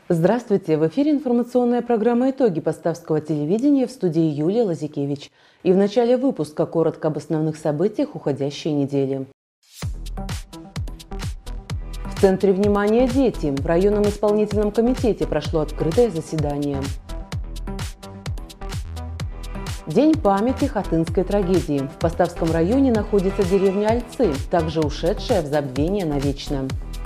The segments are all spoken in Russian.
Здравствуйте! В эфире информационная программа «Итоги Поставского телевидения», в студии Юлия Лазикевич. И в начале выпуска коротко об основных событиях уходящей недели. В центре внимания дети. В районном исполнительном комитете прошло открытое заседание. День памяти Хатынской трагедии. В Поставском районе находится деревня Альцы, также ушедшая в забвение навечно.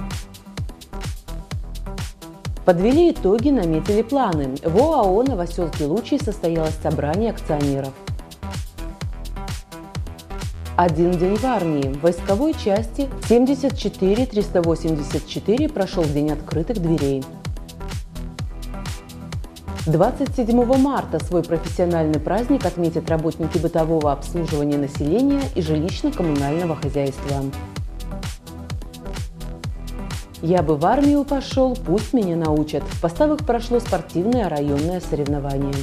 Подвели итоги, наметили планы. В ОАО «Новоселки Лучий» состоялось собрание акционеров. Один день в армии. В войсковой части 74-384 прошел День открытых дверей. 27 марта свой профессиональный праздник отметят работники бытового обслуживания населения и жилищно-коммунального хозяйства. «Я бы в армию пошел, пусть меня научат». В Поставах прошло спортивное районное соревнование.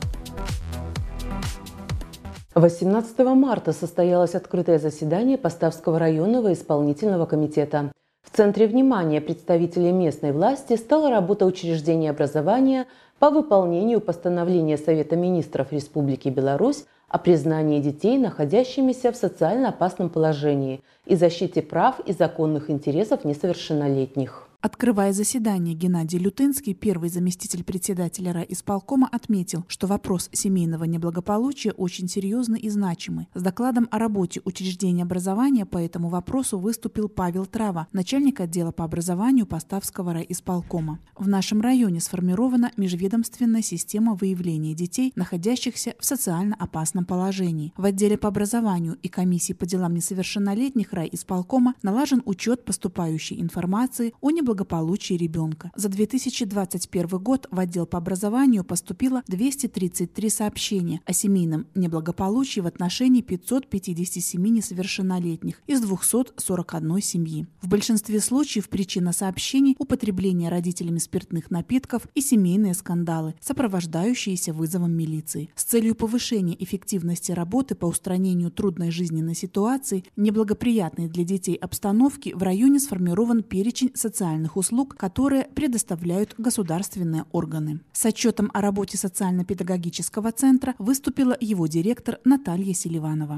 18 марта состоялось открытое заседание Поставского районного исполнительного комитета. В центре внимания представителей местной власти стала работа учреждения образования по выполнению постановления Совета министров Республики Беларусь о признании детей, находящимися в социально опасном положении, и защите прав и законных интересов несовершеннолетних. Открывая заседание, Геннадий Лютынский, первый заместитель председателя райисполкома, отметил, что вопрос семейного неблагополучия очень серьезный и значимый. С докладом о работе учреждения образования по этому вопросу выступил Павел Трава, начальник отдела по образованию Поставского райисполкома. В нашем районе сформирована межведомственная система выявления детей, находящихся в социально опасном положении. В отделе по образованию и комиссии по делам несовершеннолетних райисполкома налажен учет поступающей информации о неблагополучии ребенка. За 2021 год в отдел по образованию поступило 233 сообщения о семейном неблагополучии в отношении 557 несовершеннолетних из 241 семьи. В большинстве случаев причина сообщений – употребление родителями спиртных напитков и семейные скандалы, сопровождающиеся вызовом милиции. С целью повышения эффективности работы по устранению трудной жизненной ситуации, неблагоприятной для детей обстановки, в районе сформирован перечень социальных услуг, которые предоставляют государственные органы. С отчетом о работе социально-педагогического центра выступила его директор Наталья Селиванова.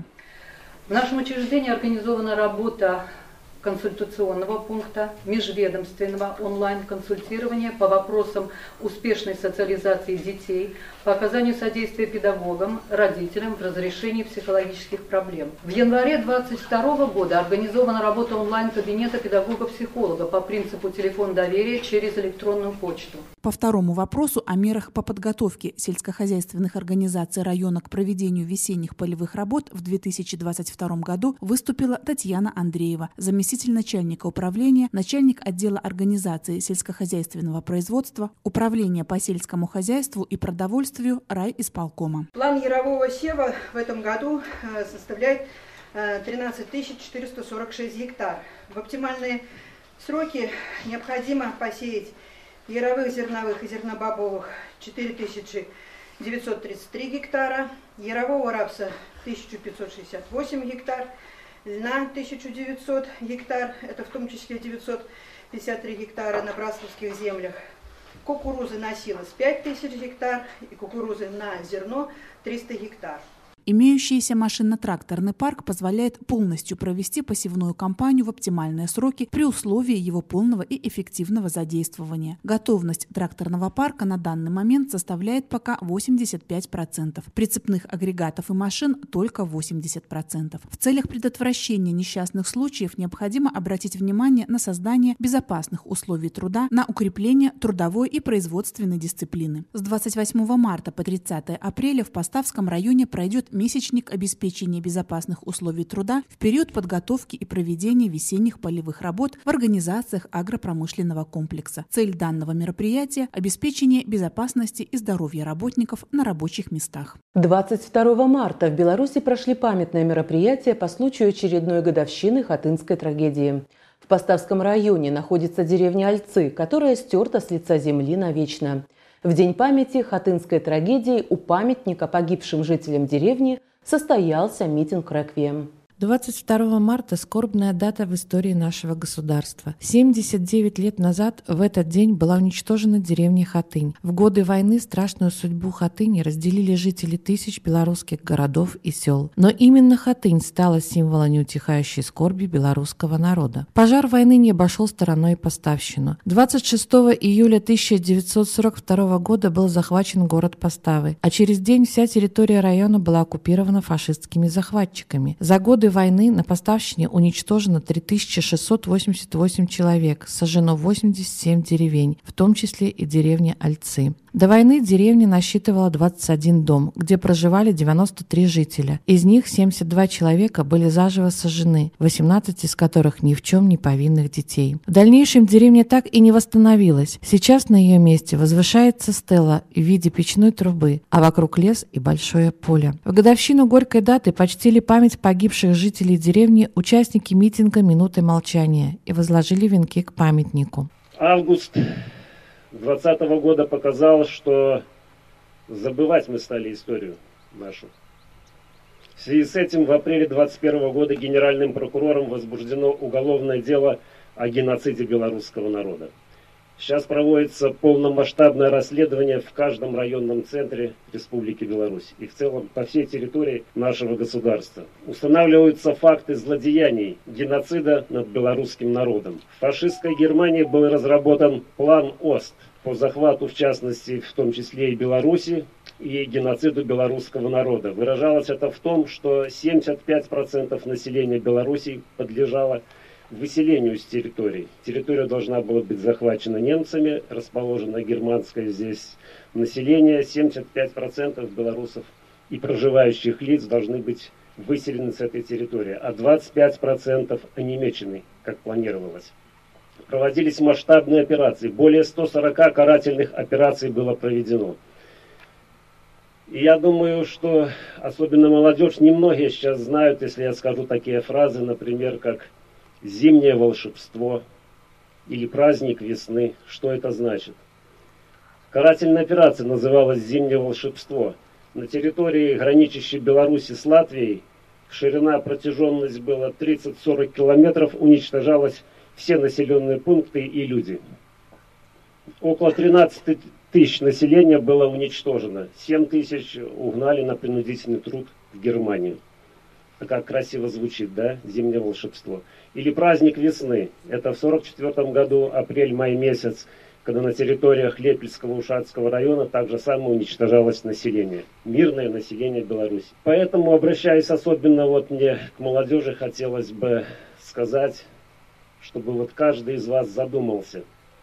В нашем учреждении организована работа консультационного пункта, межведомственного онлайн-консультирования по вопросам успешной социализации детей, по оказанию содействия педагогам, родителям в разрешении психологических проблем. В январе 2022 года организована работа онлайн-кабинета педагога-психолога по принципу телефон доверия через электронную почту. По второму вопросу о мерах по подготовке сельскохозяйственных организаций района к проведению весенних полевых работ в 2022 году выступила Татьяна Андреева, заместитель начальника управления, начальник отдела организации сельскохозяйственного производства, управления по сельскому хозяйству и продовольствию райисполкома. План ярового сева в этом году составляет 13 446 гектар. В оптимальные сроки необходимо посеять яровых, зерновых и зернобобовых 4933 гектара, ярового рапса 1568 гектар, льна 1900 гектар, это в том числе 953 гектара на братславских землях, кукурузы на силос 5000 гектар и кукурузы на зерно 300 гектар. Имеющийся машинно-тракторный парк позволяет полностью провести посевную кампанию в оптимальные сроки при условии его полного и эффективного задействования. Готовность тракторного парка на данный момент составляет пока 85%. Прицепных агрегатов и машин только 80%. В целях предотвращения несчастных случаев необходимо обратить внимание на создание безопасных условий труда, на укрепление трудовой и производственной дисциплины. С 28 марта по 30 апреля в Поставском районе пройдет месячник обеспечения безопасных условий труда в период подготовки и проведения весенних полевых работ в организациях агропромышленного комплекса. Цель данного мероприятия – обеспечение безопасности и здоровья работников на рабочих местах. 22 марта в Беларуси прошли памятные мероприятия по случаю очередной годовщины Хатынской трагедии. В Поставском районе находится деревня Альцы, которая стерта с лица земли навечно. В день памяти Хатынской трагедии у памятника погибшим жителям деревни состоялся митинг-реквием. 22 марта – скорбная дата в истории нашего государства. 79 лет назад в этот день была уничтожена деревня Хатынь. В годы войны страшную судьбу Хатыни разделили жители тысяч белорусских городов и сел. Но именно Хатынь стала символом неутихающей скорби белорусского народа. Пожар войны не обошел стороной и Поставщину. 26 июля 1942 года был захвачен город Поставы, а через день вся территория района была оккупирована фашистскими захватчиками. За годы войны на Поставщине уничтожено 3688 человек, сожжено 87 деревень, в том числе и деревня Альцы. До войны деревня насчитывала 21 дом, где проживали 93 жителя. Из них 72 человека были заживо сожжены, 18 из которых ни в чем не повинных детей. В дальнейшем деревня так и не восстановилась. Сейчас на ее месте возвышается стела в виде печной трубы, а вокруг лес и большое поле. В годовщину горькой даты почтили память погибших жителей деревни участники митинга «Минуты молчания» и возложили венки к памятнику. Август 2020 года показал, что забывать мы стали историю нашу. В связи с этим в апреле 2021 года генеральным прокурором возбуждено уголовное дело о геноциде белорусского народа. Сейчас проводится полномасштабное расследование в каждом районном центре Республики Беларусь и в целом по всей территории нашего государства. Устанавливаются факты злодеяний геноцида над белорусским народом. В фашистской Германии был разработан план ОСТ по захвату, в частности, в том числе и Беларуси, и геноциду белорусского народа. Выражалось это в том, что 75% населения Беларуси подлежало выселению с территории. Территория должна была быть захвачена немцами, расположено германское здесь население. 75% белорусов и проживающих лиц должны быть выселены с этой территории, а 25% онемечены, как планировалось. Проводились масштабные операции. Более 140 карательных операций было проведено. И я думаю, что особенно молодежь, немногие сейчас знают, если я скажу такие фразы, например, как «зимнее волшебство» или «праздник весны». Что это значит? Карательная операция называлась «Зимнее волшебство». На территории, граничащей Беларуси с Латвией, ширина, протяженность была 30-40 километров, уничтожалось все населенные пункты и люди. Около 13 тысяч населения было уничтожено. 7 тысяч угнали на принудительный труд в Германию. Как красиво звучит, да? Зимнее волшебство. Или праздник весны. Это в 1944 году, апрель-май месяц, когда на территориях Лепельского Ушатского района также само уничтожалось население. Мирное население Беларуси. Поэтому, обращаясь особенно мне к молодежи, хотелось бы сказать, чтобы каждый из вас задумался,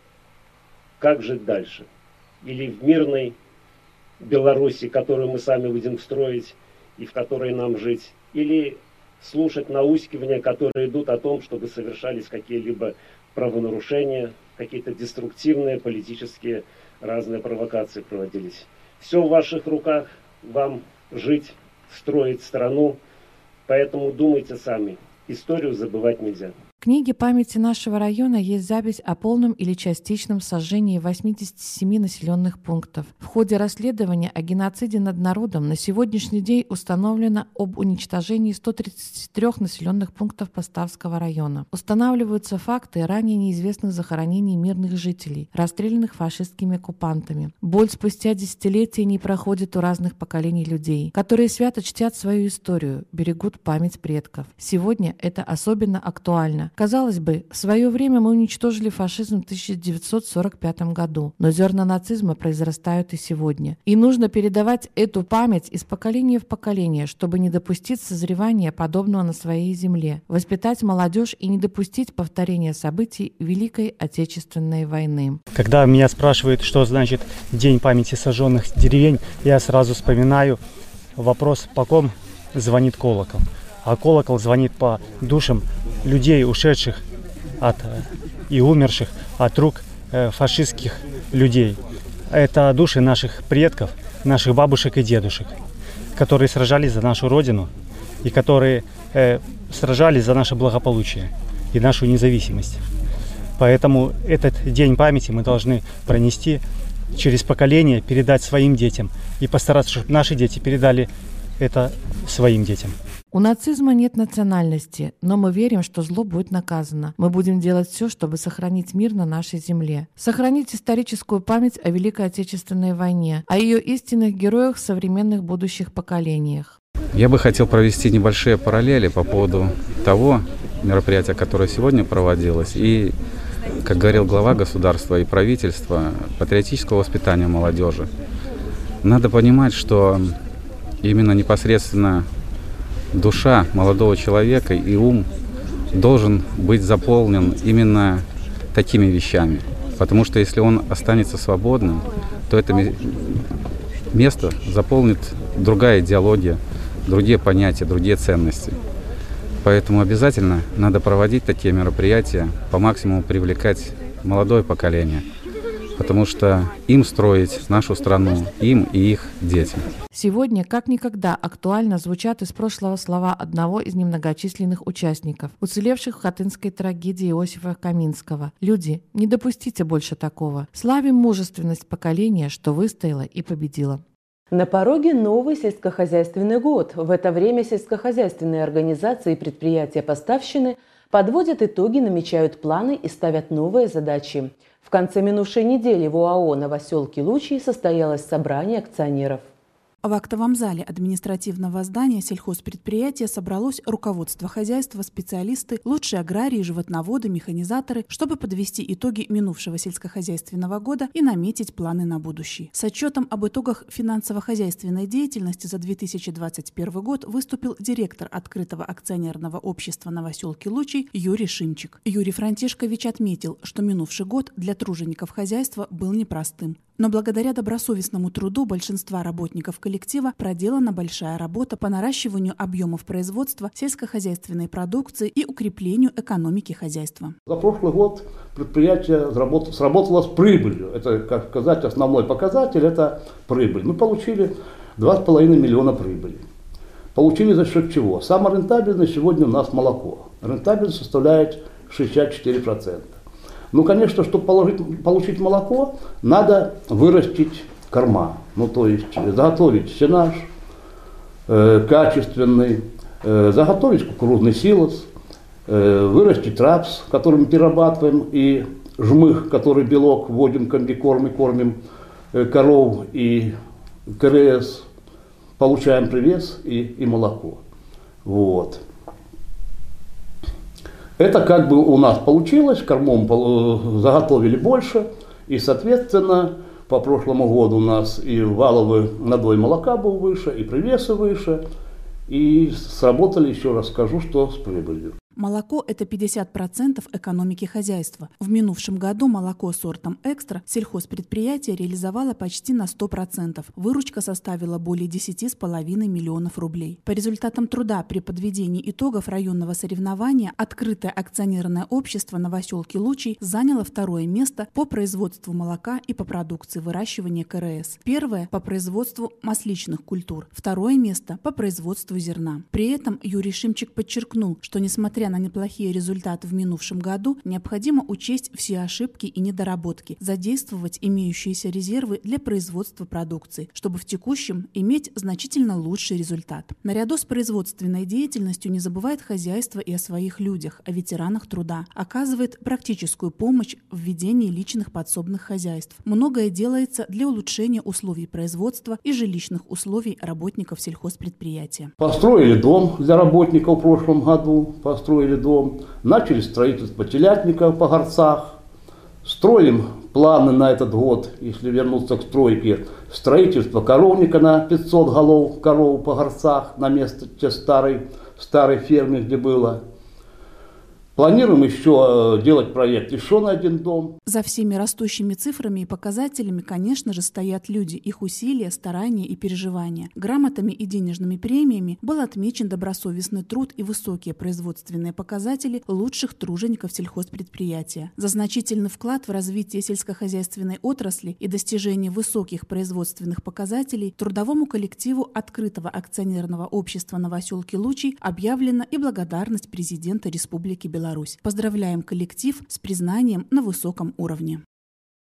как жить дальше. Или в мирной Беларуси, которую мы сами будем строить и в которой нам жить, или слушать наускивания, которые идут о том, чтобы совершались какие-либо правонарушения, какие-то деструктивные политические разные провокации проводились. Все в ваших руках, вам жить, строить страну, поэтому думайте сами. Историю забывать нельзя. В книге памяти нашего района есть запись о полном или частичном сожжении 87 населенных пунктов. В ходе расследования о геноциде над народом на сегодняшний день установлено об уничтожении 133 населенных пунктов Поставского района. Устанавливаются факты ранее неизвестных захоронений мирных жителей, расстрелянных фашистскими оккупантами. Боль спустя десятилетия не проходит у разных поколений людей, которые свято чтят свою историю, берегут память предков. Сегодня это особенно актуально. Казалось бы, в свое время мы уничтожили фашизм в 1945 году, но зерна нацизма произрастают и сегодня. И нужно передавать эту память из поколения в поколение, чтобы не допустить созревания подобного на своей земле, воспитать молодежь и не допустить повторения событий Великой Отечественной войны. Когда меня спрашивают, что значит День памяти сожженных деревень, я сразу вспоминаю вопрос, по ком звонит колокол. А колокол звонит по душам людей, ушедших и умерших от рук фашистских людей. Это души наших предков, наших бабушек и дедушек, которые сражались за нашу Родину и которые сражались за наше благополучие и нашу независимость. Поэтому этот день памяти мы должны пронести через поколение, передать своим детям и постараться, чтобы наши дети передали это своим детям. У нацизма нет национальности, но мы верим, что зло будет наказано. Мы будем делать все, чтобы сохранить мир на нашей земле. Сохранить историческую память о Великой Отечественной войне, о ее истинных героях в современных будущих поколениях. Я бы хотел провести небольшие параллели по поводу того мероприятия, которое сегодня проводилось, и, как говорил глава государства и правительства, патриотического воспитания молодежи. Надо понимать, что именно непосредственно душа молодого человека и ум должен быть заполнен именно такими вещами. Потому что если он останется свободным, то это место заполнит другая идеология, другие понятия, другие ценности. Поэтому обязательно надо проводить такие мероприятия, по максимуму привлекать молодое поколение, потому что им строить нашу страну, им и их детям. Сегодня, как никогда, актуально звучат из прошлого слова одного из немногочисленных участников, уцелевших в хатынской трагедии Иосифа Каминского. Люди, не допустите больше такого. Славим мужественность поколения, что выстояло и победило. На пороге новый сельскохозяйственный год. В это время сельскохозяйственные организации и предприятия-поставщины подводят итоги, намечают планы и ставят новые задачи. В конце минувшей недели в ОАО «Новоселки Лучий» состоялось собрание акционеров. В актовом зале административного здания сельхозпредприятия собралось руководство хозяйства, специалисты, лучшие аграрии, животноводы, механизаторы, чтобы подвести итоги минувшего сельскохозяйственного года и наметить планы на будущее. С отчетом об итогах финансово-хозяйственной деятельности за 2021 год выступил директор открытого акционерного общества «Новоселки Лучий» Юрий Шимчик. Юрий Франтишкович отметил, что минувший год для тружеников хозяйства был непростым. Но благодаря добросовестному труду большинства работников коллектива проделана большая работа по наращиванию объемов производства сельскохозяйственной продукции и укреплению экономики хозяйства. За прошлый год предприятие сработало с прибылью. Это, как сказать, основной показатель – это прибыль. Мы получили 2,5 миллиона прибыли. Получили за счет чего? Самое рентабельное сегодня у нас молоко. Рентабельность составляет 64%. Ну, конечно, чтобы получить молоко, надо вырастить корма. Ну, то есть заготовить сенаж качественный, заготовить кукурузный силос, вырастить рапс, который мы перерабатываем, и жмых, который белок, вводим комбикорм и кормим коров и КРС, получаем привес и молоко. Вот. Это как бы у нас получилось, кормом заготовили больше, и, соответственно, по прошлому году у нас и валовый надой молока был выше, и привесы выше, и сработали, еще раз скажу, что с прибылью. Молоко – это 50% экономики хозяйства. В минувшем году молоко сортом «Экстра» сельхозпредприятие реализовало почти на 100%. Выручка составила более 10,5 миллионов рублей. По результатам труда при подведении итогов районного соревнования открытое акционерное общество «Новоселки Лучий» заняло второе место по производству молока и по продукции выращивания КРС. Первое – по производству масличных культур. Второе место – по производству зерна. При этом Юрий Шимчик подчеркнул, что несмотря на неплохие результаты в минувшем году, необходимо учесть все ошибки и недоработки, задействовать имеющиеся резервы для производства продукции, чтобы в текущем иметь значительно лучший результат. Наряду с производственной деятельностью не забывает хозяйство и о своих людях, о ветеранах труда, оказывает практическую помощь в ведении личных подсобных хозяйств. Многое делается для улучшения условий производства и жилищных условий работников сельхозпредприятия. Построили дом для работников в прошлом году, начали строительство телятника по Горцах, строим планы на этот год, если вернуться к стройке, строительство коровника на 500 голов коров по Горцах на место те старой фермы, где было. Планируем еще делать проект еще на один дом. За всеми растущими цифрами и показателями, конечно же, стоят люди, их усилия, старания и переживания. Грамотами и денежными премиями был отмечен добросовестный труд и высокие производственные показатели лучших тружеников сельхозпредприятия. За значительный вклад в развитие сельскохозяйственной отрасли и достижение высоких производственных показателей трудовому коллективу открытого акционерного общества «Новоселки Лучий» объявлена и благодарность президента Республики Беларусь. Поздравляем коллектив с признанием на высоком уровне.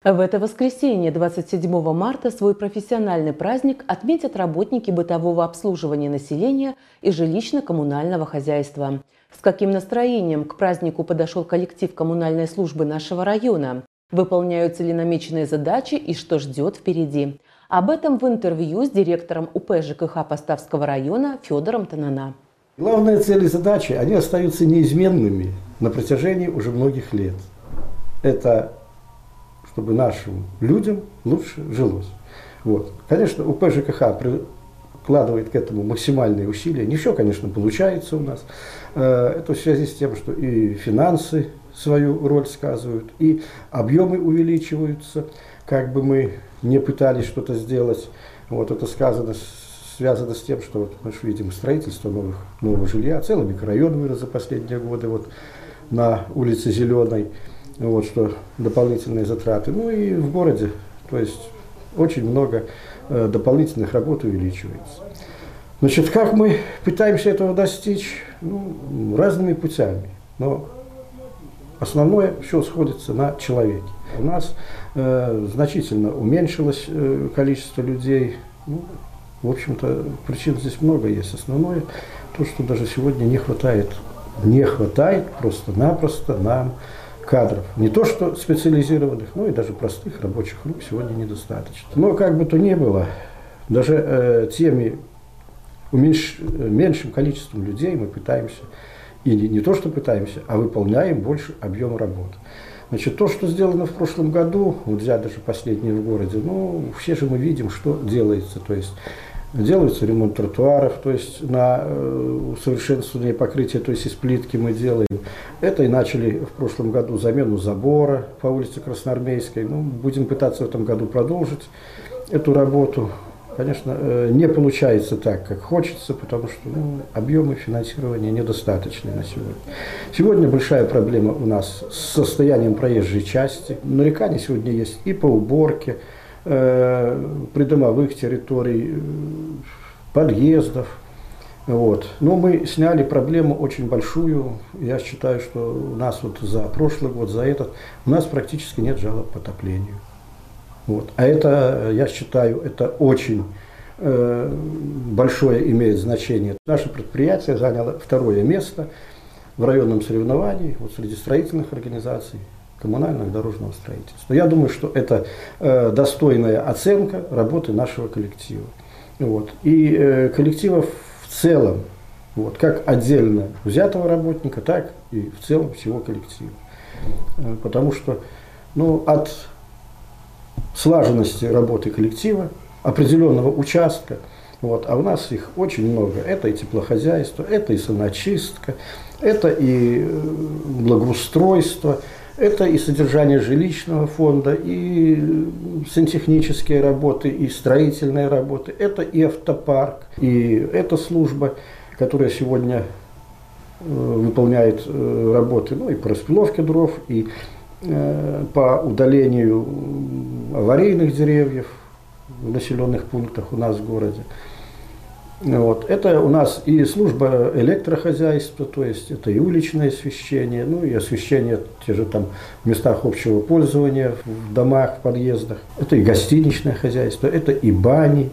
В это воскресенье, 27 марта, свой профессиональный праздник отметят работники бытового обслуживания населения и жилищно-коммунального хозяйства. С каким настроением к празднику подошел коллектив коммунальной службы нашего района? Выполняются ли намеченные задачи и что ждет впереди? Об этом в интервью с директором УП ЖКХ Поставского района Федором Танана. Главные цели и задачи, они остаются неизменными на протяжении уже многих лет. Это чтобы нашим людям лучше жилось. Вот. Конечно, УП ЖКХ прикладывает к этому максимальные усилия. Не все, конечно, получается у нас. Это в связи с тем, что и финансы свою роль сказывают, и объемы увеличиваются, как бы мы не пытались что-то сделать. Вот это связано с тем, что вот мы видим строительство нового жилья, целый микрорайон вырос за последние годы вот, на улице Зеленой. Вот что дополнительные затраты. Ну и в городе, то есть очень много дополнительных работ увеличивается. Значит, как мы пытаемся этого достичь? Ну, разными путями. Но основное все сходится на человеке. У нас значительно уменьшилось количество людей. Ну, в общем-то, причин здесь много есть. Основное то, что даже сегодня не хватает просто-напросто нам кадров. Не то что специализированных, но и даже простых рабочих рук сегодня недостаточно. Но как бы то ни было, даже меньшим количеством людей мы пытаемся, и не то что пытаемся, а выполняем больше объема работ. Значит, то, что сделано в прошлом году, вот взять даже последнее в городе, ну, все же мы видим, что делается. То есть делается ремонт тротуаров, то есть на усовершенствование покрытия, то есть из плитки мы делаем. Это и начали в прошлом году замену забора по улице Красноармейской. Ну, будем пытаться в этом году продолжить эту работу. Конечно, не получается так, как хочется, потому что объемы финансирования недостаточны на сегодня. Сегодня большая проблема у нас с состоянием проезжей части. Нарекания сегодня есть и по уборке придомовых территорий, подъездов. Вот. Но мы сняли проблему очень большую. Я считаю, что у нас вот за прошлый год, за этот, у нас практически нет жалоб по отоплению. Вот. А это, я считаю, это очень большое имеет значение. Наше предприятие заняло второе место в районном соревновании вот, среди строительных организаций коммунального и дорожного строительства. Я думаю, что это достойная оценка работы нашего коллектива. Вот. И коллектива в целом, вот, как отдельно взятого работника, так и в целом всего коллектива. Потому что от слаженности работы коллектива, определенного участка, вот, а у нас их очень много. Это и теплохозяйство, это и саночистка, это и благоустройство, это и содержание жилищного фонда, и сантехнические работы, и строительные работы, это и автопарк, и эта служба, которая сегодня выполняет работы и по распиловке дров, и по удалению аварийных деревьев в населенных пунктах у нас в городе. Вот. Это у нас и служба электрохозяйства, то есть это и уличное освещение, и освещение те же там в местах общего пользования, в домах, в подъездах. Это и гостиничное хозяйство, это и бани,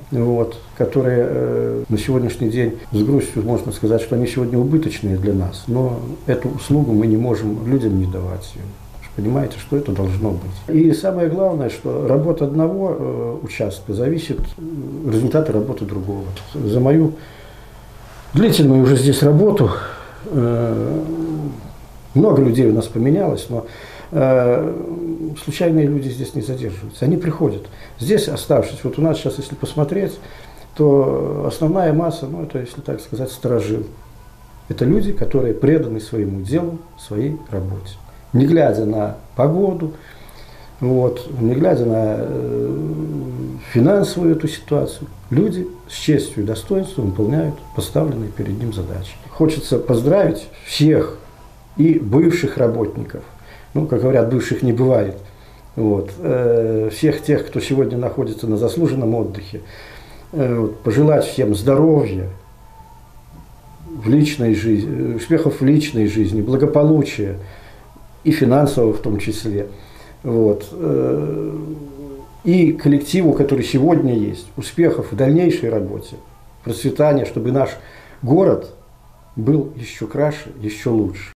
которые на сегодняшний день, с грустью можно сказать, что они сегодня убыточные для нас, но эту услугу мы не можем людям не давать. Понимаете, что это должно быть. И самое главное, что работа одного участка зависит от результата работы другого. За мою длительную уже здесь работу много людей у нас поменялось, но случайные люди здесь не задерживаются. Они приходят. Здесь, оставшись, вот у нас сейчас, если посмотреть, то основная масса, это, если так сказать, старожил. Это люди, которые преданы своему делу, своей работе. Не глядя на погоду, не глядя на финансовую эту ситуацию, люди с честью и достоинством выполняют поставленные перед ним задачи. Хочется поздравить всех и бывших работников, как говорят, бывших не бывает, всех тех, кто сегодня находится на заслуженном отдыхе, пожелать всем здоровья в личной жизни, успехов в личной жизни, благополучия, и финансово в том числе. Вот. И коллективу, который сегодня есть, успехов в дальнейшей работе, процветания, чтобы наш город был еще краше, еще лучше.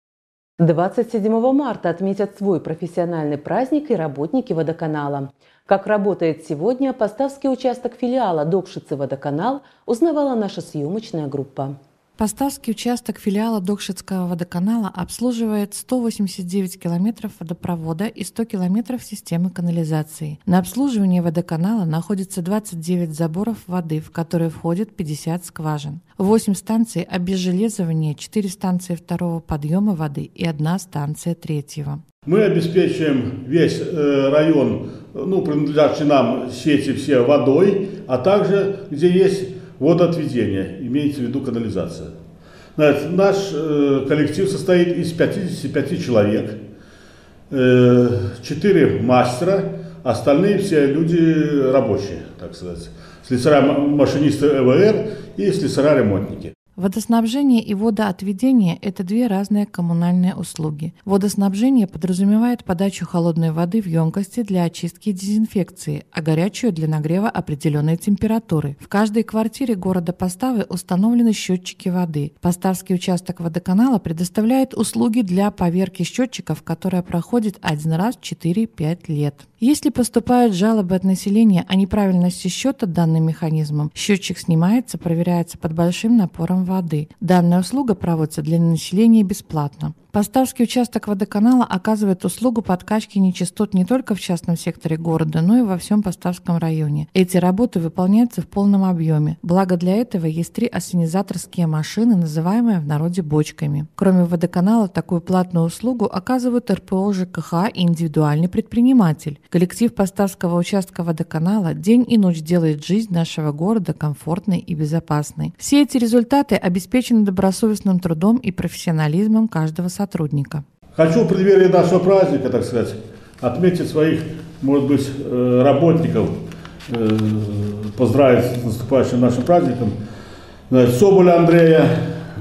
27 марта отметят свой профессиональный праздник и работники водоканала. Как работает сегодня Поставский участок филиала Докшицы водоканал, узнавала наша съемочная группа. Поставский участок филиала Докшицкого водоканала обслуживает 189 километров водопровода и 100 километров системы канализации. На обслуживании водоканала находится 29 заборов воды, в которые входят 50 скважин, 8 станций обезжелезывания, 4 станции второго подъема воды и 1 станция третьего. Мы обеспечиваем весь район, принадлежащий нам сети все водой, а также где есть водоотведение, имеется в виду канализация. Наш коллектив состоит из 55 человек, 4 мастера, остальные все люди рабочие, так сказать, слесаря-машинисты ЭВР и слесаря-ремонтники. Водоснабжение и водоотведение – это две разные коммунальные услуги. Водоснабжение подразумевает подачу холодной воды в емкости для очистки и дезинфекции, а горячую – для нагрева определенной температуры. В каждой квартире города Поставы установлены счетчики воды. Поставский участок водоканала предоставляет услуги для поверки счетчиков, которая проходит один раз в 4-5 лет. Если поступают жалобы от населения о неправильности счета данным механизмом, счетчик снимается, проверяется под большим напором воды. Данная услуга проводится для населения бесплатно. Поставский участок водоканала оказывает услугу подкачки нечистот не только в частном секторе города, но и во всем Поставском районе. Эти работы выполняются в полном объеме. Благо для этого есть 3 ассенизаторские машины, называемые в народе бочками. Кроме водоканала, такую платную услугу оказывают РПО ЖКХ и индивидуальный предприниматель. Коллектив Поставского участка водоканала день и ночь делает жизнь нашего города комфортной и безопасной. Все эти результаты обеспечены добросовестным трудом и профессионализмом каждого сотрудника. Хочу в преддверии нашего праздника, так сказать, отметить своих, может быть, работников, поздравить с наступающим нашим праздником. Соболя Андрея,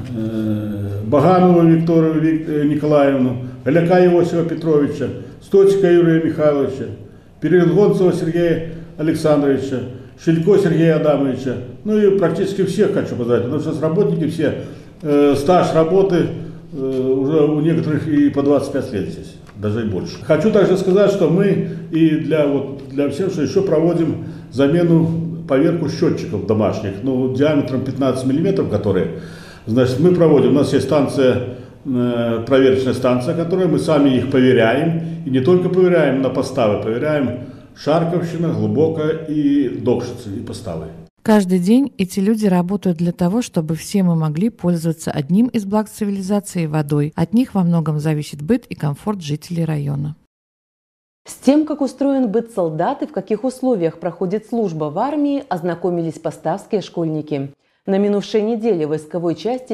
Баганову Викторию Николаевну, Ляка Иосифа Петровича, Стотика Юрия Михайловича, Перелгонцева Сергея Александровича, Шилько Сергея Адамовича, и практически всех хочу поздравить, потому что работники все, стаж работы уже у некоторых и по 25 лет здесь, даже и больше. Хочу также сказать, что мы и для всех, что еще проводим замену, поверку счетчиков домашних, диаметром 15 мм, которые, значит, мы проводим, у нас есть станция, проверочная станция, которая мы сами их проверяем, и не только проверяем на Поставы, проверяем Шарковщина, Глубокая и Докшицы, и Поставы. Каждый день эти люди работают для того, чтобы все мы могли пользоваться одним из благ цивилизации – водой. От них во многом зависит быт и комфорт жителей района. С тем, как устроен быт солдат и в каких условиях проходит служба в армии, ознакомились поставские школьники. На минувшей неделе в войсковой части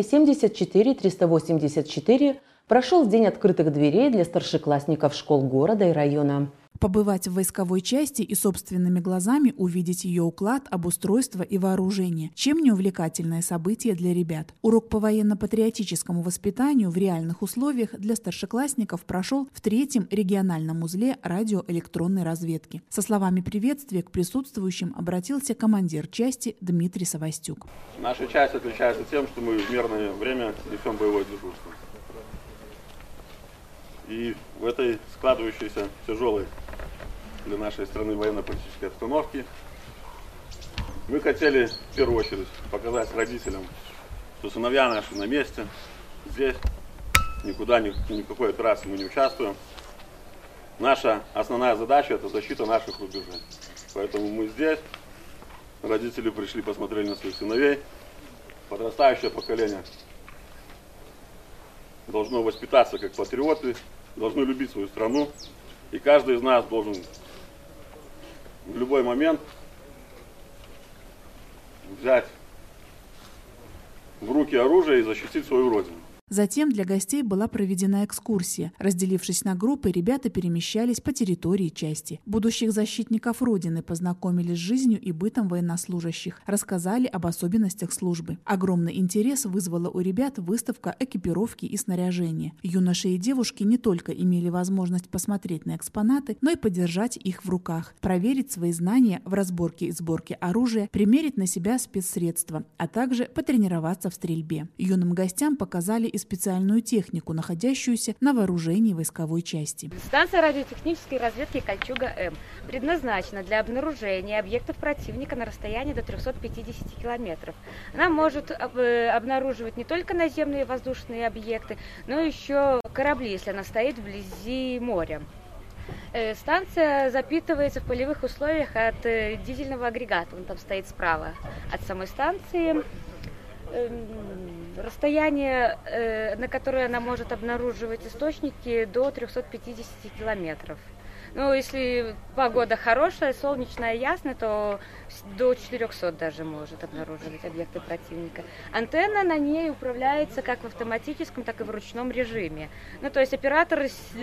74-384 прошел День открытых дверей для старшеклассников школ города и района. Побывать в войсковой части и собственными глазами увидеть ее уклад, обустройство и вооружение. Чем не увлекательное событие для ребят. Урок по военно-патриотическому воспитанию в реальных условиях для старшеклассников прошел в 3-м региональном узле радиоэлектронной разведки. Со словами приветствия к присутствующим обратился командир части Дмитрий Савостюк. Наша часть отличается тем, что мы в мирное время несем боевое дежурство. И в этой складывающейся тяжелой для нашей страны военно-политической обстановке мы хотели в первую очередь показать родителям, что сыновья наши на месте, здесь, никуда, никакой операции мы не участвуем. Наша основная задача – это защита наших рубежей. Поэтому мы здесь, родители пришли, посмотрели на своих сыновей, подрастающее поколение должно воспитаться как патриоты, должны любить свою страну, и каждый из нас должен в любой момент взять в руки оружие и защитить свою родину. Затем для гостей была проведена экскурсия. Разделившись на группы, ребята перемещались по территории части. Будущих защитников Родины познакомили с жизнью и бытом военнослужащих, рассказали об особенностях службы. Огромный интерес вызвала у ребят выставка экипировки и снаряжения. Юноши и девушки не только имели возможность посмотреть на экспонаты, но и подержать их в руках, проверить свои знания в разборке и сборке оружия, примерить на себя спецсредства, а также потренироваться в стрельбе. Юным гостям показали и специальную технику, находящуюся на вооружении войсковой части. Станция радиотехнической разведки «Кольчуга-М» предназначена для обнаружения объектов противника на расстоянии до 350 километров. Она может обнаруживать не только наземные и воздушные объекты, но еще корабли, если она стоит вблизи моря. Станция запитывается в полевых условиях от дизельного агрегата, он там стоит справа от самой станции. Расстояние, на которое она может обнаруживать источники, до 350 километров. Ну, если погода хорошая, солнечная, ясная, то до 400 даже может обнаруживать объекты противника. Антенна на ней управляется как в автоматическом, так и в ручном режиме. Ну, то есть оператор,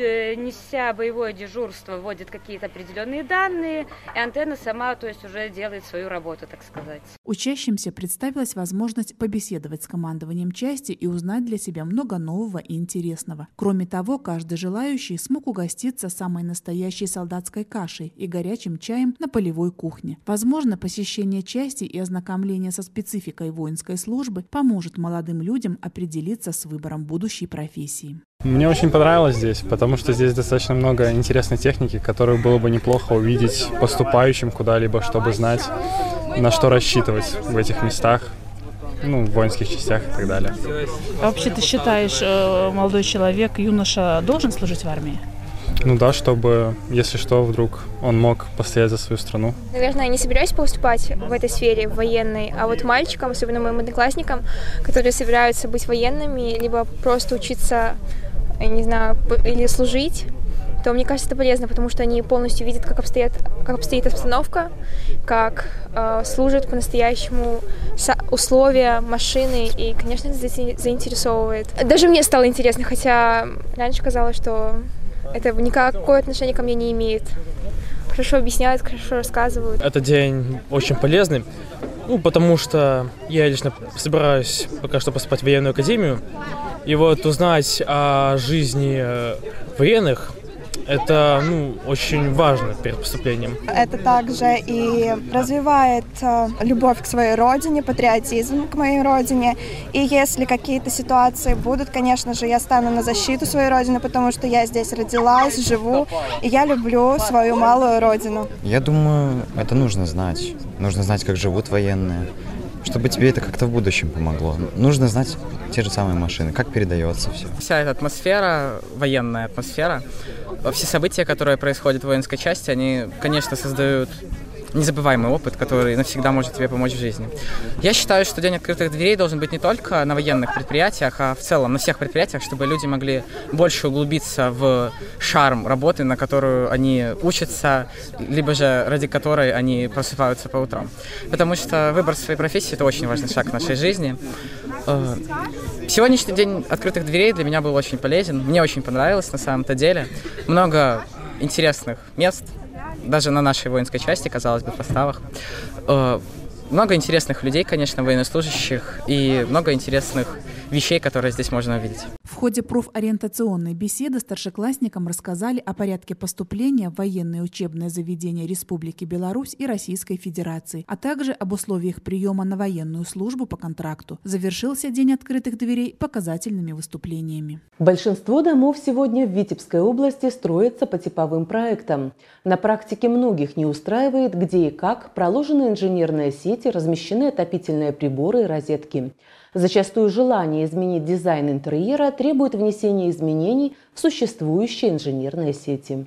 неся боевое дежурство, вводит какие-то определенные данные, и антенна сама, то есть, уже делает свою работу, так сказать. Учащимся представилась возможность побеседовать с командованием части и узнать для себя много нового и интересного. Кроме того, каждый желающий смог угоститься самой настоящей солдатской кашей и горячим чаем на полевой кухне. Возможно, посещение части и ознакомление со спецификой воинской службы поможет молодым людям определиться с выбором будущей профессии. Мне очень понравилось здесь, потому что здесь достаточно много интересной техники, которую было бы неплохо увидеть поступающим куда-либо, чтобы знать, на что рассчитывать в этих местах, ну, в воинских частях и так далее. А вообще ты считаешь, молодой человек, юноша должен служить в армии? Ну да, чтобы, если что, вдруг он мог постоять за свою страну. Наверное, я не собираюсь поступать в этой сфере, в военной, а вот мальчикам, особенно моим одноклассникам, которые собираются быть военными, либо просто учиться, я не знаю, или служить, то мне кажется, это полезно, потому что они полностью видят, как обстоит обстановка, как служат по-настоящему условия, машины, и, конечно, это заинтересовывает. Даже мне стало интересно, хотя раньше казалось, что это никакое отношение ко мне не имеет. Хорошо объясняют, хорошо рассказывают. Этот день очень полезный, потому что я лично собираюсь пока что поступать в военную академию. И вот узнать о жизни военных – это очень важно перед поступлением. Это также и развивает любовь к своей родине, патриотизм к моей родине. И если какие-то ситуации будут, конечно же, я стану на защиту своей родины, потому что я здесь родилась, живу, и я люблю свою малую родину. Я думаю, это нужно знать. Нужно знать, как живут военные, чтобы тебе это как-то в будущем помогло. Нужно знать те же самые машины, как передается все. Вся эта атмосфера, военная атмосфера, все события, которые происходят в воинской части, они, конечно, создают незабываемый опыт, который навсегда может тебе помочь в жизни. Я считаю, что День открытых дверей должен быть не только на военных предприятиях, а в целом на всех предприятиях, чтобы люди могли больше углубиться в шарм работы, на которую они учатся, либо же ради которой они просыпаются по утрам. Потому что выбор своей профессии – это очень важный шаг в нашей жизни. Сегодняшний день открытых дверей для меня был очень полезен. Мне очень понравилось на самом-то деле. Много интересных мест, даже на нашей воинской части, казалось бы, в поставах. Много интересных людей, конечно, военнослужащих, и много интересных вещей, которые здесь можно увидеть. В ходе профориентационной беседы старшеклассникам рассказали о порядке поступления в военные учебные заведения Республики Беларусь и Российской Федерации, а также об условиях приема на военную службу по контракту. Завершился День открытых дверей показательными выступлениями. Большинство домов сегодня в Витебской области строятся по типовым проектам. На практике многих не устраивает, где и как проложены инженерные сети, размещены отопительные приборы и розетки. Зачастую желание изменить дизайн интерьера требует внесения изменений в существующие инженерные сети.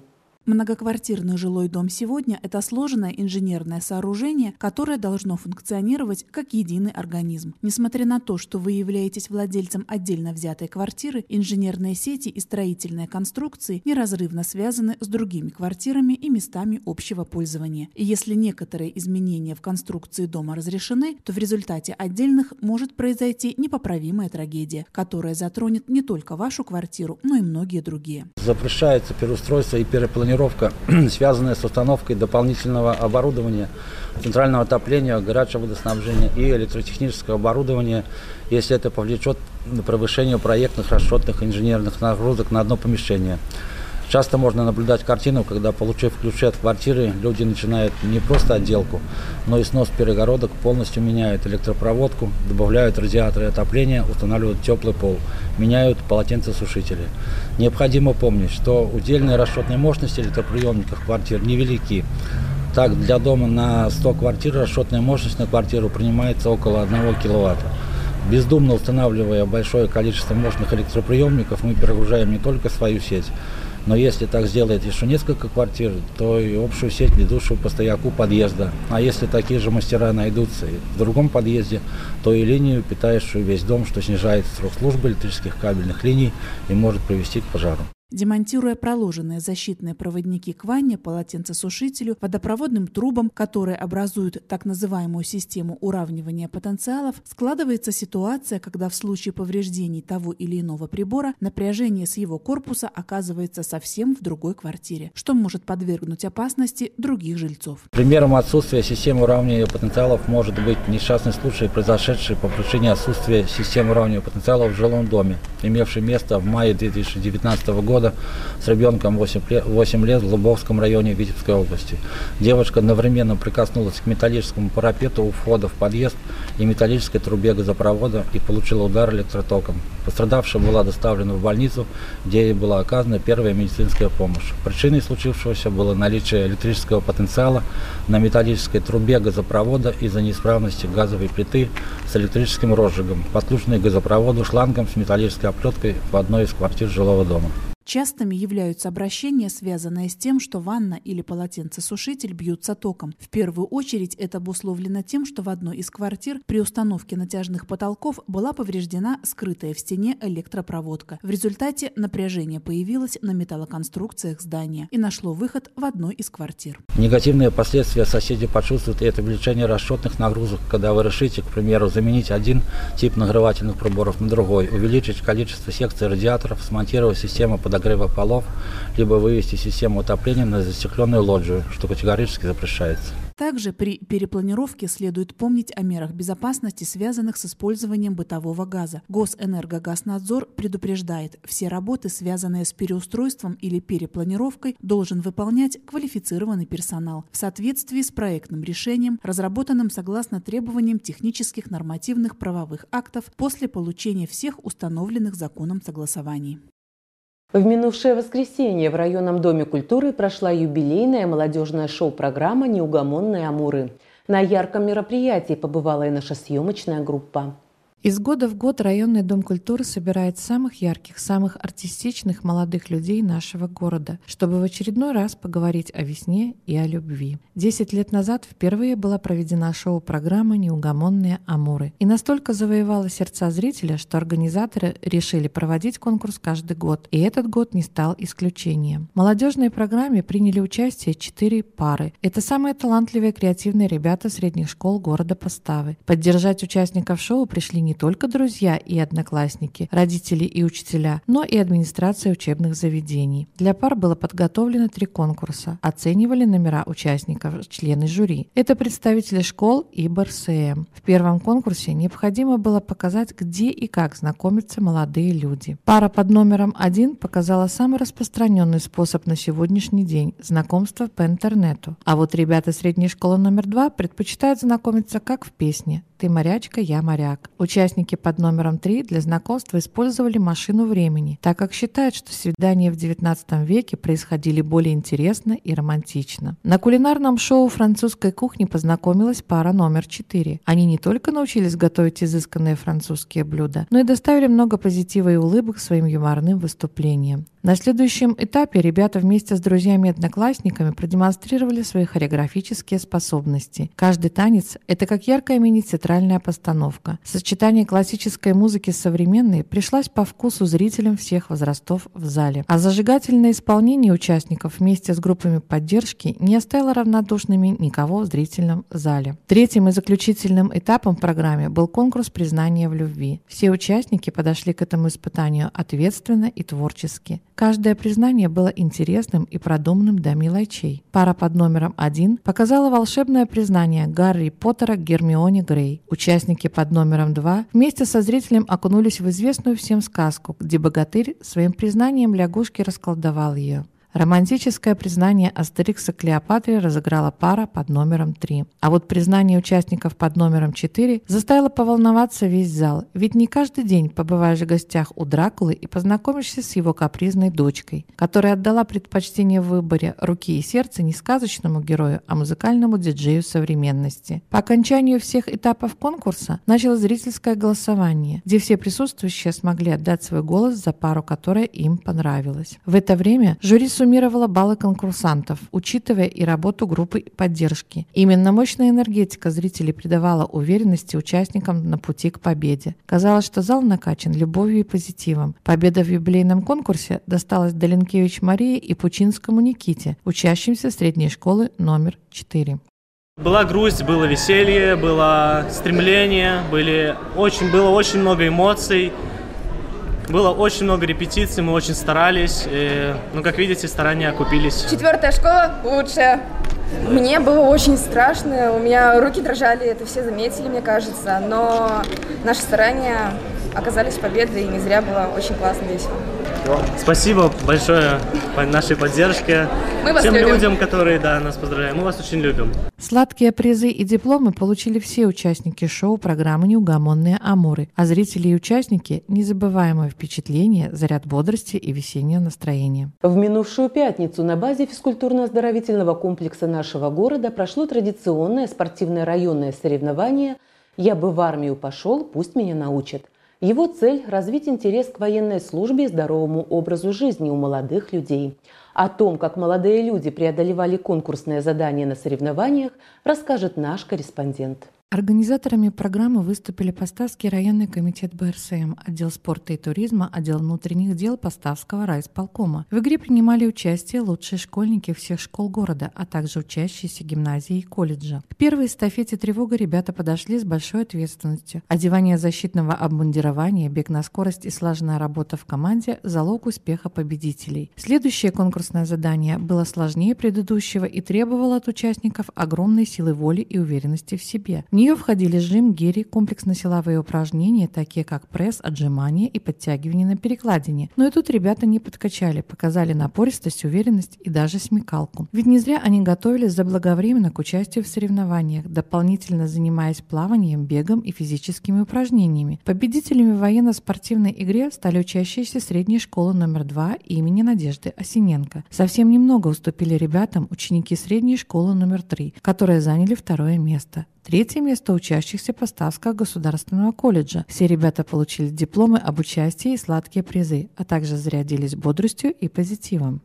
Многоквартирный жилой дом сегодня – это сложное инженерное сооружение, которое должно функционировать как единый организм. Несмотря на то, что вы являетесь владельцем отдельно взятой квартиры, инженерные сети и строительные конструкции неразрывно связаны с другими квартирами и местами общего пользования. И если некоторые изменения в конструкции дома разрешены, то в результате отдельных может произойти непоправимая трагедия, которая затронет не только вашу квартиру, но и многие другие. Запрещается переустройство и перепланировка, связанная с установкой дополнительного оборудования, центрального отопления, горячего водоснабжения и электротехнического оборудования, если это повлечет на повышение проектных, расчетных инженерных нагрузок на одно помещение. Часто можно наблюдать картину, когда, получив ключи от квартиры, люди начинают не просто отделку, но и снос перегородок, полностью меняют электропроводку, добавляют радиаторы отопления, устанавливают теплый пол, меняют полотенцесушители. Необходимо помнить, что удельные расчетные мощности электроприемников квартир невелики. Так, для дома на 100 квартир расчетная мощность на квартиру принимается около 1 киловатта. Бездумно устанавливая большое количество мощных электроприемников, мы перегружаем не только свою сеть, но если так сделает еще несколько квартир, то и общую сеть, ведущую по стояку подъезда. А если такие же мастера найдутся и в другом подъезде, то и линию, питающую весь дом, что снижает срок службы электрических кабельных линий и может привести к пожару. Демонтируя проложенные защитные проводники к ванне, полотенцесушителю, водопроводным трубам, которые образуют так называемую систему уравнивания потенциалов, складывается ситуация, когда в случае повреждений того или иного прибора напряжение с его корпуса оказывается совсем в другой квартире, что может подвергнуть опасности других жильцов. Примером отсутствия системы уравнивания потенциалов может быть несчастный случай, произошедший по причине отсутствия системы уравнивания потенциалов в жилом доме, имевший место в мае 2019 года с ребенком 8 лет в Глубоковском районе Витебской области. Девочка одновременно прикоснулась к металлическому парапету у входа в подъезд и металлической трубе газопровода и получила удар электротоком. Пострадавшая была доставлена в больницу, где ей была оказана первая медицинская помощь. Причиной случившегося было наличие электрического потенциала на металлической трубе газопровода из-за неисправности газовой плиты с электрическим розжигом, подключенной к газопроводу шлангом с металлической оплеткой в одной из квартир жилого дома. Частыми являются обращения, связанные с тем, что ванна или полотенцесушитель бьются током. В первую очередь это обусловлено тем, что в одной из квартир при установке натяжных потолков была повреждена скрытая в стене электропроводка. В результате напряжение появилось на металлоконструкциях здания и нашло выход в одной из квартир. Негативные последствия соседи почувствуют и это увеличение расчетных нагрузок, когда вы решите, к примеру, заменить один тип нагревательных приборов на другой, увеличить количество секций радиаторов, смонтировать систему подогрева полов, либо вывести систему отопления на застекленную лоджию, что категорически запрещается. Также при перепланировке следует помнить о мерах безопасности, связанных с использованием бытового газа. Госэнергогазнадзор предупреждает, все работы, связанные с переустройством или перепланировкой, должен выполнять квалифицированный персонал в соответствии с проектным решением, разработанным согласно требованиям технических нормативных правовых актов после получения всех установленных законом согласований. В минувшее воскресенье в районном доме культуры прошла юбилейная молодежная шоу-программа «Неугомонные амуры». На ярком мероприятии побывала и наша съемочная группа. Из года в год районный дом культуры собирает самых ярких, самых артистичных молодых людей нашего города, чтобы в очередной раз поговорить о весне и о любви. 10 лет назад впервые была проведена шоу-программа «Неугомонные амуры». И настолько завоевала сердца зрителя, что организаторы решили проводить конкурс каждый год. И этот год не стал исключением. В молодежной программе приняли участие 4 пары. Это самые талантливые креативные ребята средних школ города Поставы. Поддержать участников шоу пришли не только друзья и одноклассники, родители и учителя, но и администрация учебных заведений. Для пар было подготовлено 3 конкурса. Оценивали номера участников члены жюри. Это представители школ и БРСМ. В первом конкурсе необходимо было показать, где и как знакомятся молодые люди. Пара под номером 1 показала самый распространенный способ на сегодняшний день – знакомство по интернету. А вот ребята средней школы номер 2 предпочитают знакомиться как в песне «Ты морячка, я моряк». Участники под номером 3 для знакомства использовали машину времени, так как считают, что свидания в XIX веке происходили более интересно и романтично. На кулинарном шоу французской кухни познакомилась пара номер 4. Они не только научились готовить изысканные французские блюда, но и доставили много позитива и улыбок своим юморным выступлением. На следующем этапе ребята вместе с друзьями и одноклассниками продемонстрировали свои хореографические способности. Каждый танец – это как яркая мини-театральная постановка. Сочетание классической музыки с современной пришлось по вкусу зрителям всех возрастов в зале. А зажигательное исполнение участников вместе с группами поддержки не оставило равнодушными никого в зрительном зале. Третьим и заключительным этапом в программе был конкурс признания в любви. Все участники подошли к этому испытанию ответственно и творчески. Каждое признание было интересным и продуманным до мелочей. Пара под номером 1 показала волшебное признание Гарри Поттера Гермионе Грей. Участники под номером 2 вместе со зрителем окунулись в известную всем сказку, где богатырь своим признанием лягушки расколдовал ее. Романтическое признание Астерикса Клеопатре разыграла пара под номером 3. А вот признание участников под номером 4 заставило поволноваться весь зал, ведь не каждый день побываешь в гостях у Дракулы и познакомишься с его капризной дочкой, которая отдала предпочтение в выборе руки и сердца не сказочному герою, а музыкальному диджею современности. По окончанию всех этапов конкурса началось зрительское голосование, где все присутствующие смогли отдать свой голос за пару, которая им понравилась. В это время жюри суммировала баллы конкурсантов, учитывая и работу группы поддержки. Именно мощная энергетика зрителей придавала уверенности участникам на пути к победе. Казалось, что зал накачан любовью и позитивом. Победа в юбилейном конкурсе досталась Доленкевич Марии и Пучинскому Никите, учащимся средней школы номер 4. Была грусть, было веселье, было стремление, было очень много эмоций. Было очень много репетиций, мы очень старались, как видите, старания окупились. 4-я школа лучшая. Мне было очень страшно, у меня руки дрожали, это все заметили, мне кажется, но наши старания оказались победой, и не зря было очень классно, весело. Спасибо большое нашей поддержке, всем любим. людям, которые нас поздравляют. Мы вас очень любим. Сладкие призы и дипломы получили все участники шоу программы «Неугомонные Амуры», а зрители и участники – незабываемое впечатление, заряд бодрости и весеннее настроение. В минувшую пятницу на базе физкультурно-оздоровительного комплекса нашего города прошло традиционное спортивное районное соревнование «Я бы в армию пошел, пусть меня научат». Его цель – развить интерес к военной службе и здоровому образу жизни у молодых людей. О том, как молодые люди преодолевали конкурсные задания на соревнованиях, расскажет наш корреспондент. Организаторами программы выступили Поставский районный комитет БРСМ, отдел спорта и туризма, отдел внутренних дел Поставского райисполкома. В игре принимали участие лучшие школьники всех школ города, а также учащиеся гимназии и колледжа. К первой эстафете «Тревога» ребята подошли с большой ответственностью. Одевание защитного обмундирования, бег на скорость и слаженная работа в команде – залог успеха победителей. Следующее конкурсное задание было сложнее предыдущего и требовало от участников огромной силы воли и уверенности в себе. В нее входили жим, гири, комплексно-силовые упражнения, такие как пресс, отжимания и подтягивания на перекладине. Но и тут ребята не подкачали, показали напористость, уверенность и даже смекалку. Ведь не зря они готовились заблаговременно к участию в соревнованиях, дополнительно занимаясь плаванием, бегом и физическими упражнениями. Победителями в военно-спортивной игре стали учащиеся средней школы номер 2 имени Надежды Осиненко. Совсем немного уступили ребятам ученики средней школы номер 3, которые заняли 2-е место. 3-е место учащихся Поставского государственного колледжа. Все ребята получили дипломы об участии и сладкие призы, а также зарядились бодростью и позитивом.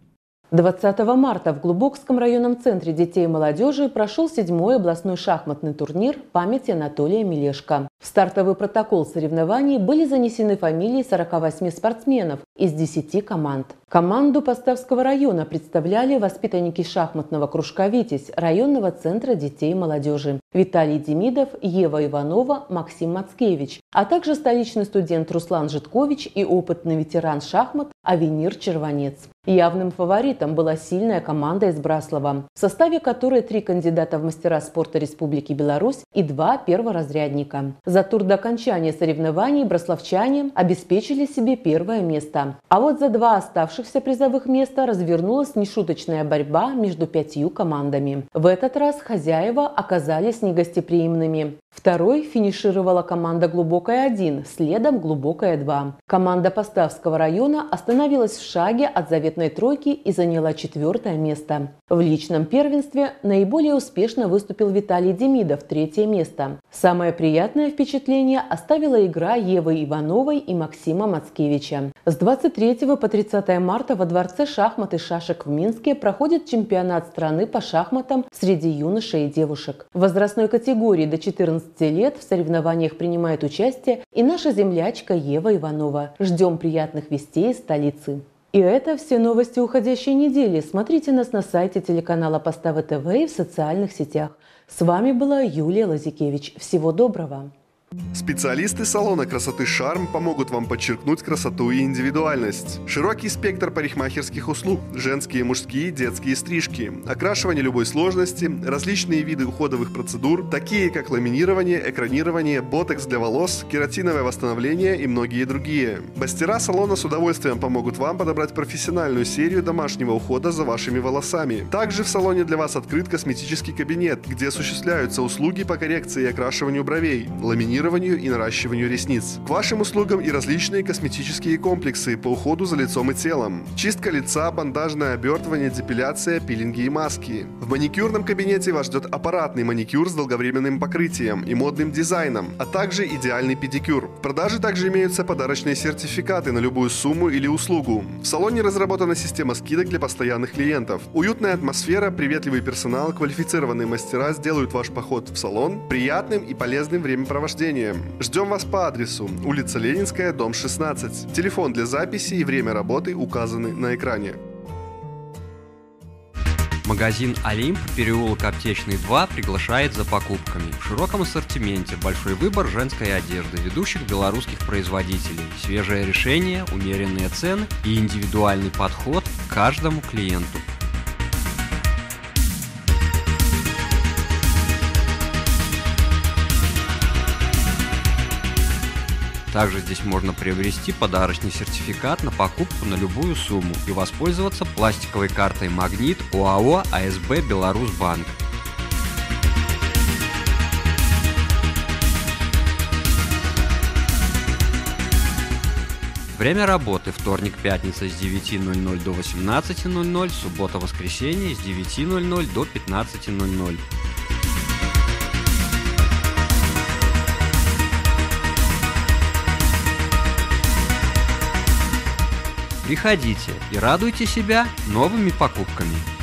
20 марта в Глубокском районном центре детей и молодежи прошел 7-й областной шахматный турнир памяти Анатолия Мелешко. В стартовый протокол соревнований были занесены фамилии 48 спортсменов из 10 команд. Команду Поставского района представляли воспитанники шахматного кружка «Витязь» районного центра детей и молодежи Виталий Демидов, Ева Иванова, Максим Мацкевич, а также столичный студент Руслан Житкович и опытный ветеран шахмат Авенир Червонец. Явным фаворитом была сильная команда из Браслова, в составе которой 3 кандидата в мастера спорта Республики Беларусь и 2 перворазрядника. За тур до окончания соревнований брасловчане обеспечили себе 1-е место. А вот за 2 оставшихся призовых места развернулась нешуточная борьба между 5 командами. В этот раз хозяева оказались негостеприимными. Второй финишировала команда «Глубокая-1», следом «Глубокая-2». Команда Поставского района остановилась в шаге от заветной тройки и заняла 4-е место. В личном первенстве наиболее успешно выступил Виталий Демидов, 3-е место. Самое приятное впечатление оставила игра Евы Ивановой и Максима Мацкевича. С 23 по 30 марта во Дворце шахмат и шашек в Минске проходит чемпионат страны по шахматам среди юношей и девушек. В возрастной категории до 14 лет в соревнованиях принимает участие и наша землячка Ева Иванова. Ждем приятных вестей из столицы. И это все новости уходящей недели. Смотрите нас на сайте телеканала Поставы ТВ и в социальных сетях. С вами была Юлия Лазикевич. Всего доброго! Специалисты салона красоты «Шарм» помогут вам подчеркнуть красоту и индивидуальность. Широкий спектр парикмахерских услуг, женские, мужские, детские стрижки, окрашивание любой сложности, различные виды уходовых процедур, такие как ламинирование, экранирование, ботокс для волос, кератиновое восстановление и многие другие. Мастера салона с удовольствием помогут вам подобрать профессиональную серию домашнего ухода за вашими волосами. Также в салоне для вас открыт косметический кабинет, где осуществляются услуги по коррекции и окрашиванию бровей, ламинированию и наращиванию ресниц. К вашим услугам и различные косметические комплексы по уходу за лицом и телом. Чистка лица, бандажное обертывание, депиляция, пилинги и маски. В маникюрном кабинете вас ждет аппаратный маникюр с долговременным покрытием и модным дизайном, а также идеальный педикюр. В продаже также имеются подарочные сертификаты на любую сумму или услугу. В салоне разработана система скидок для постоянных клиентов. Уютная атмосфера, приветливый персонал, квалифицированные мастера сделают ваш поход в салон приятным и полезным времяпровождением. Ждем вас по адресу: улица Ленинская, дом 16. Телефон для записи и время работы указаны на экране. Магазин «Олимп», переулок Аптечный, 2 приглашает за покупками. В широком ассортименте большой выбор женской одежды ведущих белорусских производителей, свежее решение, умеренные цены и индивидуальный подход к каждому клиенту. Также здесь можно приобрести подарочный сертификат на покупку на любую сумму и воспользоваться пластиковой картой «Магнит» ОАО АСБ «Беларусьбанк». Время работы: вторник-пятница с 9:00 до 18:00, суббота-воскресенье с 9:00 до 15:00. Приходите и радуйте себя новыми покупками.